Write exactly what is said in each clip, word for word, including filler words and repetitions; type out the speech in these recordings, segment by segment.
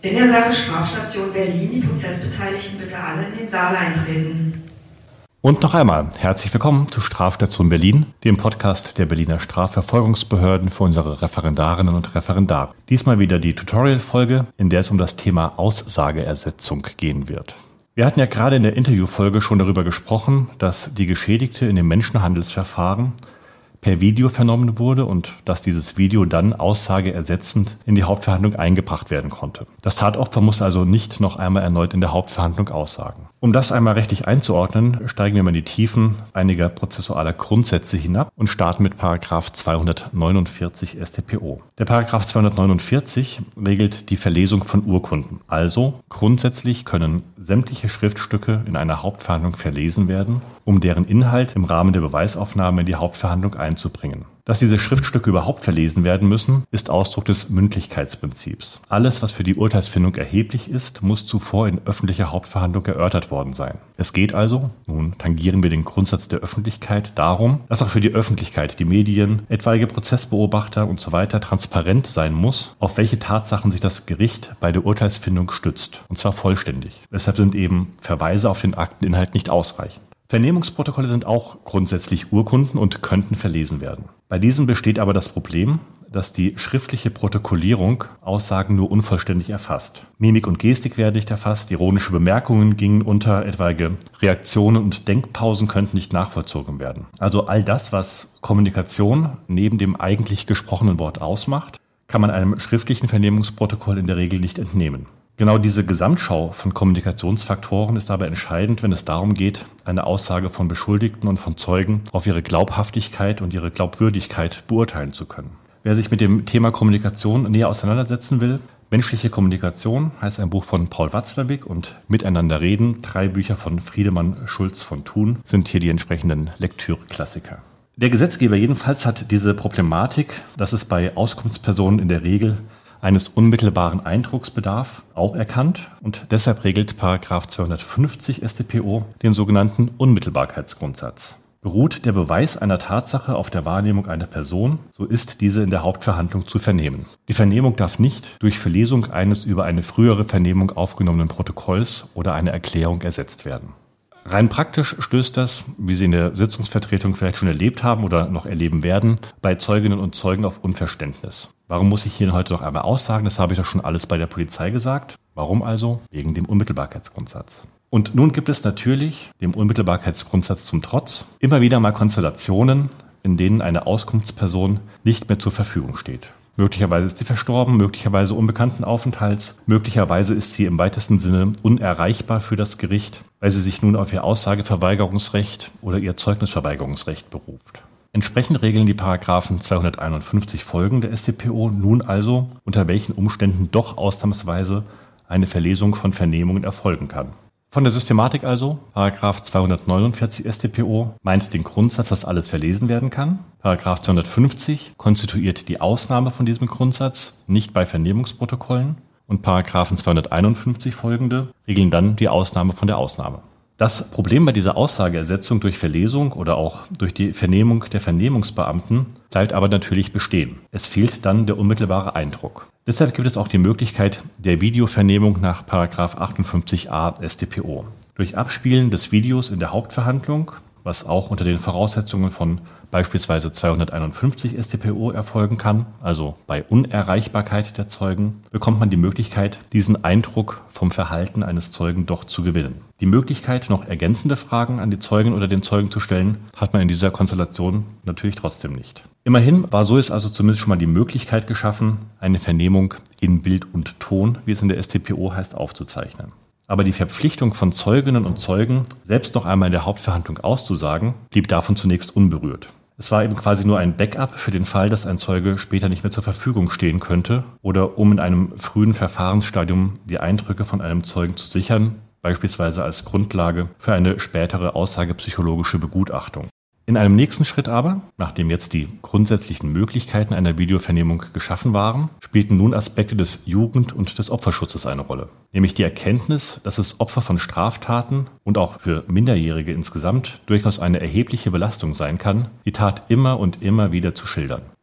In der Sache Strafstation Berlin die Prozessbeteiligten bitte alle in den Saal eintreten. Und noch einmal herzlich willkommen zu Strafstation Berlin, dem Podcast der Berliner Strafverfolgungsbehörden für unsere Referendarinnen und Referendare. Diesmal wieder die Tutorial-Folge, in der es um das Thema Aussageersetzung gehen wird. Wir hatten ja gerade in der Interviewfolge schon darüber gesprochen, dass die Geschädigte in dem Menschenhandelsverfahren per Video vernommen wurde und dass dieses Video dann aussageersetzend in die Hauptverhandlung eingebracht werden konnte. Das Tatopfer musste also nicht noch einmal erneut in der Hauptverhandlung aussagen. Um das einmal rechtlich einzuordnen, steigen wir mal in die Tiefen einiger prozessualer Grundsätze hinab und starten mit Paragraph zweihundertneunundvierzig S t P O. Der Paragraph zweihundertneunundvierzig regelt die Verlesung von Urkunden. Also grundsätzlich können sämtliche Schriftstücke in einer Hauptverhandlung verlesen werden, um deren Inhalt im Rahmen der Beweisaufnahme in die Hauptverhandlung einzubringen. Dass diese Schriftstücke überhaupt verlesen werden müssen, ist Ausdruck des Mündlichkeitsprinzips. Alles, was für die Urteilsfindung erheblich ist, muss zuvor in öffentlicher Hauptverhandlung erörtert worden sein. Es geht also, nun tangieren wir den Grundsatz der Öffentlichkeit, darum, dass auch für die Öffentlichkeit, die Medien, etwaige Prozessbeobachter und so weiter transparent sein muss, auf welche Tatsachen sich das Gericht bei der Urteilsfindung stützt. Und zwar vollständig. Deshalb sind eben Verweise auf den Akteninhalt nicht ausreichend. Vernehmungsprotokolle sind auch grundsätzlich Urkunden und könnten verlesen werden. Bei diesen besteht aber das Problem, dass die schriftliche Protokollierung Aussagen nur unvollständig erfasst. Mimik und Gestik werden nicht erfasst, ironische Bemerkungen gingen unter, etwaige Reaktionen und Denkpausen könnten nicht nachvollzogen werden. Also all das, was Kommunikation neben dem eigentlich gesprochenen Wort ausmacht, kann man einem schriftlichen Vernehmungsprotokoll in der Regel nicht entnehmen. Genau diese Gesamtschau von Kommunikationsfaktoren ist aber entscheidend, wenn es darum geht, eine Aussage von Beschuldigten und von Zeugen auf ihre Glaubhaftigkeit und ihre Glaubwürdigkeit beurteilen zu können. Wer sich mit dem Thema Kommunikation näher auseinandersetzen will, Menschliche Kommunikation heißt ein Buch von Paul Watzlawick und Miteinander reden, drei Bücher von Friedemann Schulz von Thun sind hier die entsprechenden Lektüre-Klassiker. Der Gesetzgeber jedenfalls hat diese Problematik, dass es bei Auskunftspersonen in der Regel eines unmittelbaren Eindrucks bedarf, auch erkannt und deshalb regelt Paragraph zweihundertfünfzig S t P O den sogenannten Unmittelbarkeitsgrundsatz. Beruht der Beweis einer Tatsache auf der Wahrnehmung einer Person, so ist diese in der Hauptverhandlung zu vernehmen. Die Vernehmung darf nicht durch Verlesung eines über eine frühere Vernehmung aufgenommenen Protokolls oder eine Erklärung ersetzt werden. Rein praktisch stößt das, wie Sie in der Sitzungsvertretung vielleicht schon erlebt haben oder noch erleben werden, bei Zeuginnen und Zeugen auf Unverständnis. Warum muss ich hier heute noch einmal aussagen? Das habe ich doch schon alles bei der Polizei gesagt. Warum also? Wegen dem Unmittelbarkeitsgrundsatz. Und nun gibt es natürlich, dem Unmittelbarkeitsgrundsatz zum Trotz, immer wieder mal Konstellationen, in denen eine Auskunftsperson nicht mehr zur Verfügung steht. Möglicherweise ist sie verstorben, möglicherweise unbekannten Aufenthalts, möglicherweise ist sie im weitesten Sinne unerreichbar für das Gericht, weil sie sich nun auf ihr Aussageverweigerungsrecht oder ihr Zeugnisverweigerungsrecht beruft. Entsprechend regeln die Paragraphen zweihunderteinundfünfzig Folgen der S t P O nun also, unter welchen Umständen doch ausnahmsweise eine Verlesung von Vernehmungen erfolgen kann. Von der Systematik also, Paragraph zweihundertneunundvierzig S t P O meint den Grundsatz, dass alles verlesen werden kann. Paragraph zweihundertfünfzig konstituiert die Ausnahme von diesem Grundsatz, nicht bei Vernehmungsprotokollen. Und Paragraphen zweihunderteinundfünfzig folgende regeln dann die Ausnahme von der Ausnahme. Das Problem bei dieser Aussageersetzung durch Verlesung oder auch durch die Vernehmung der Vernehmungsbeamten bleibt aber natürlich bestehen. Es fehlt dann der unmittelbare Eindruck. Deshalb gibt es auch die Möglichkeit der Videovernehmung nach Paragraph achtundfünfzig a S t P O. Durch Abspielen des Videos in der Hauptverhandlung, was auch unter den Voraussetzungen von beispielsweise zweihunderteinundfünfzig S t P O erfolgen kann, also bei Unerreichbarkeit der Zeugen, bekommt man die Möglichkeit, diesen Eindruck vom Verhalten eines Zeugen doch zu gewinnen. Die Möglichkeit, noch ergänzende Fragen an die Zeugin oder den Zeugen zu stellen, hat man in dieser Konstellation natürlich trotzdem nicht. Immerhin war so ist also zumindest schon mal die Möglichkeit geschaffen, eine Vernehmung in Bild und Ton, wie es in der S t P O heißt, aufzuzeichnen. Aber die Verpflichtung von Zeuginnen und Zeugen, selbst noch einmal in der Hauptverhandlung auszusagen, blieb davon zunächst unberührt. Es war eben quasi nur ein Backup für den Fall, dass ein Zeuge später nicht mehr zur Verfügung stehen könnte oder um in einem frühen Verfahrensstadium die Eindrücke von einem Zeugen zu sichern, beispielsweise als Grundlage für eine spätere aussagepsychologische Begutachtung. In einem nächsten Schritt aber, nachdem jetzt die grundsätzlichen Möglichkeiten einer Videovernehmung geschaffen waren, spielten nun Aspekte des Jugend- und des Opferschutzes eine Rolle. Nämlich die Erkenntnis, dass es Opfer von Straftaten und auch für Minderjährige insgesamt durchaus eine erhebliche Belastung sein kann, die Tat immer und immer wieder zu schildern.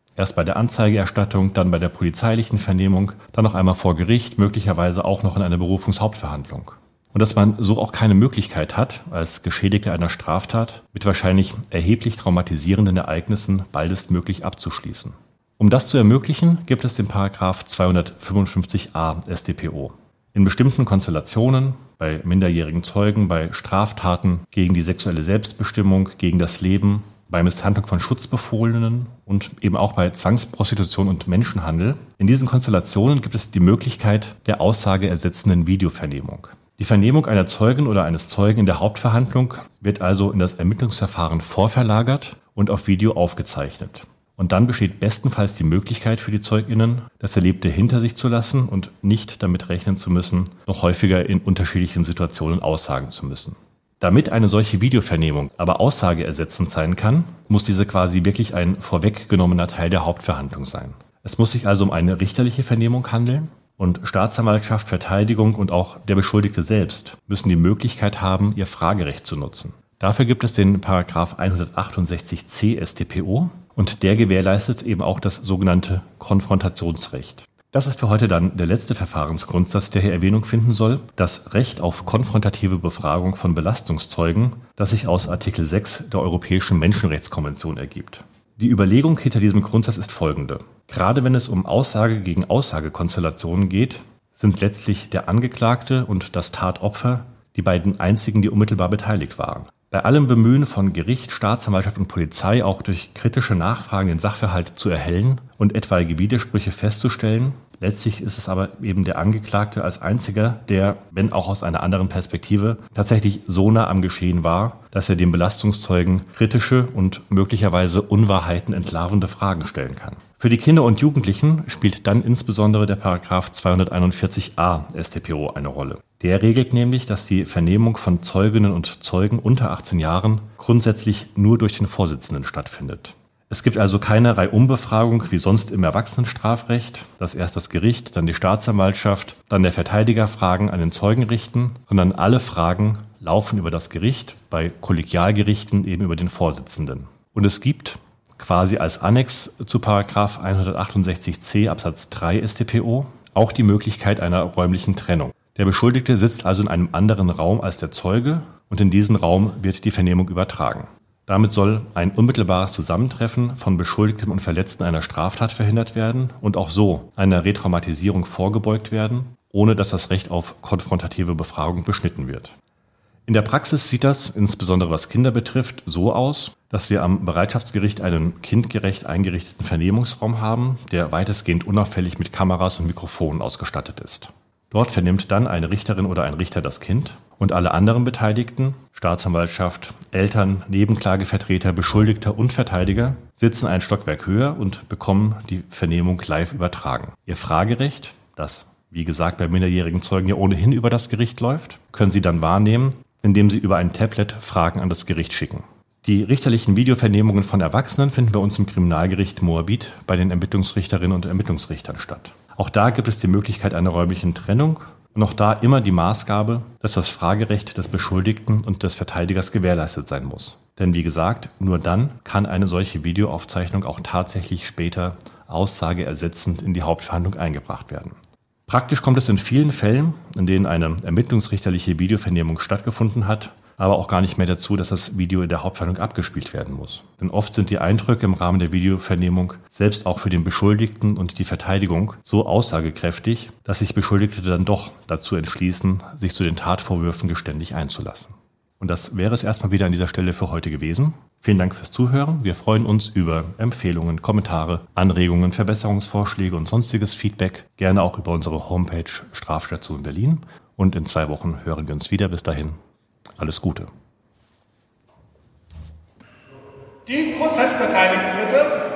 Erst bei der Anzeigerstattung, dann bei der polizeilichen Vernehmung, dann noch einmal vor Gericht, möglicherweise auch noch in einer Berufungshauptverhandlung. Und dass man so auch keine Möglichkeit hat, als Geschädigter einer Straftat mit wahrscheinlich erheblich traumatisierenden Ereignissen baldestmöglich abzuschließen. Um das zu ermöglichen, gibt es den Paragraph zweihundertfünfundfünfzig a S t P O. In bestimmten Konstellationen, bei minderjährigen Zeugen, bei Straftaten gegen die sexuelle Selbstbestimmung, gegen das Leben, bei Misshandlung von Schutzbefohlenen und eben auch bei Zwangsprostitution und Menschenhandel. In diesen Konstellationen gibt es die Möglichkeit der aussageersetzenden Videovernehmung. Die Vernehmung einer Zeugin oder eines Zeugen in der Hauptverhandlung wird also in das Ermittlungsverfahren vorverlagert und auf Video aufgezeichnet. Und dann besteht bestenfalls die Möglichkeit für die ZeugInnen, das Erlebte hinter sich zu lassen und nicht damit rechnen zu müssen, noch häufiger in unterschiedlichen Situationen aussagen zu müssen. Damit eine solche Videovernehmung aber aussageersetzend sein kann, muss diese quasi wirklich ein vorweggenommener Teil der Hauptverhandlung sein. Es muss sich also um eine richterliche Vernehmung handeln. Und Staatsanwaltschaft, Verteidigung und auch der Beschuldigte selbst müssen die Möglichkeit haben, ihr Fragerecht zu nutzen. Dafür gibt es den Paragraph hundertachtundsechzig c S t P O und der gewährleistet eben auch das sogenannte Konfrontationsrecht. Das ist für heute dann der letzte Verfahrensgrundsatz, der hier Erwähnung finden soll, das Recht auf konfrontative Befragung von Belastungszeugen, das sich aus Artikel sechs der Europäischen Menschenrechtskonvention ergibt. Die Überlegung hinter diesem Grundsatz ist folgende. Gerade wenn es um Aussage gegen Aussagekonstellationen geht, sind letztlich der Angeklagte und das Tatopfer die beiden einzigen, die unmittelbar beteiligt waren. Bei allem Bemühen von Gericht, Staatsanwaltschaft und Polizei auch durch kritische Nachfragen den Sachverhalt zu erhellen und etwaige Widersprüche festzustellen, letztlich ist es aber eben der Angeklagte als einziger, der, wenn auch aus einer anderen Perspektive, tatsächlich so nah am Geschehen war, dass er dem Belastungszeugen kritische und möglicherweise Unwahrheiten entlarvende Fragen stellen kann. Für die Kinder und Jugendlichen spielt dann insbesondere der Paragraph zweihunderteinundvierzig a S t P O eine Rolle. Der regelt nämlich, dass die Vernehmung von Zeuginnen und Zeugen unter achtzehn Jahren grundsätzlich nur durch den Vorsitzenden stattfindet. Es gibt also keine Reihum-Befragung wie sonst im Erwachsenenstrafrecht, dass erst das Gericht, dann die Staatsanwaltschaft, dann der Verteidiger Fragen an den Zeugen richten, sondern alle Fragen laufen über das Gericht, bei Kollegialgerichten eben über den Vorsitzenden. Und es gibt quasi als Annex zu Paragraph hundertachtundsechzig c Absatz drei S t P O auch die Möglichkeit einer räumlichen Trennung. Der Beschuldigte sitzt also in einem anderen Raum als der Zeuge und in diesen Raum wird die Vernehmung übertragen. Damit soll ein unmittelbares Zusammentreffen von Beschuldigtem und Verletzten einer Straftat verhindert werden und auch so einer Retraumatisierung vorgebeugt werden, ohne dass das Recht auf konfrontative Befragung beschnitten wird. In der Praxis sieht das, insbesondere was Kinder betrifft, so aus, dass wir am Bereitschaftsgericht einen kindgerecht eingerichteten Vernehmungsraum haben, der weitestgehend unauffällig mit Kameras und Mikrofonen ausgestattet ist. Dort vernimmt dann eine Richterin oder ein Richter das Kind und alle anderen Beteiligten, Staatsanwaltschaft, Eltern, Nebenklagevertreter, Beschuldigter und Verteidiger, sitzen ein Stockwerk höher und bekommen die Vernehmung live übertragen. Ihr Fragerecht, das, wie gesagt, bei minderjährigen Zeugen ja ohnehin über das Gericht läuft, können sie dann wahrnehmen, indem sie über ein Tablet Fragen an das Gericht schicken. Die richterlichen Videovernehmungen von Erwachsenen finden bei uns im Kriminalgericht Moabit bei den Ermittlungsrichterinnen und Ermittlungsrichtern statt. Auch da gibt es die Möglichkeit einer räumlichen Trennung und auch da immer die Maßgabe, dass das Fragerecht des Beschuldigten und des Verteidigers gewährleistet sein muss. Denn wie gesagt, nur dann kann eine solche Videoaufzeichnung auch tatsächlich später aussageersetzend in die Hauptverhandlung eingebracht werden. Praktisch kommt es in vielen Fällen, in denen eine ermittlungsrichterliche Videovernehmung stattgefunden hat, aber auch gar nicht mehr dazu, dass das Video in der Hauptverhandlung abgespielt werden muss. Denn oft sind die Eindrücke im Rahmen der Videovernehmung selbst auch für den Beschuldigten und die Verteidigung so aussagekräftig, dass sich Beschuldigte dann doch dazu entschließen, sich zu den Tatvorwürfen geständig einzulassen. Und das wäre es erstmal wieder an dieser Stelle für heute gewesen. Vielen Dank fürs Zuhören. Wir freuen uns über Empfehlungen, Kommentare, Anregungen, Verbesserungsvorschläge und sonstiges Feedback. Gerne auch über unsere Homepage Strafstation Berlin. Und in zwei Wochen hören wir uns wieder. Bis dahin. Alles Gute. Die Prozessbeteiligten bitte.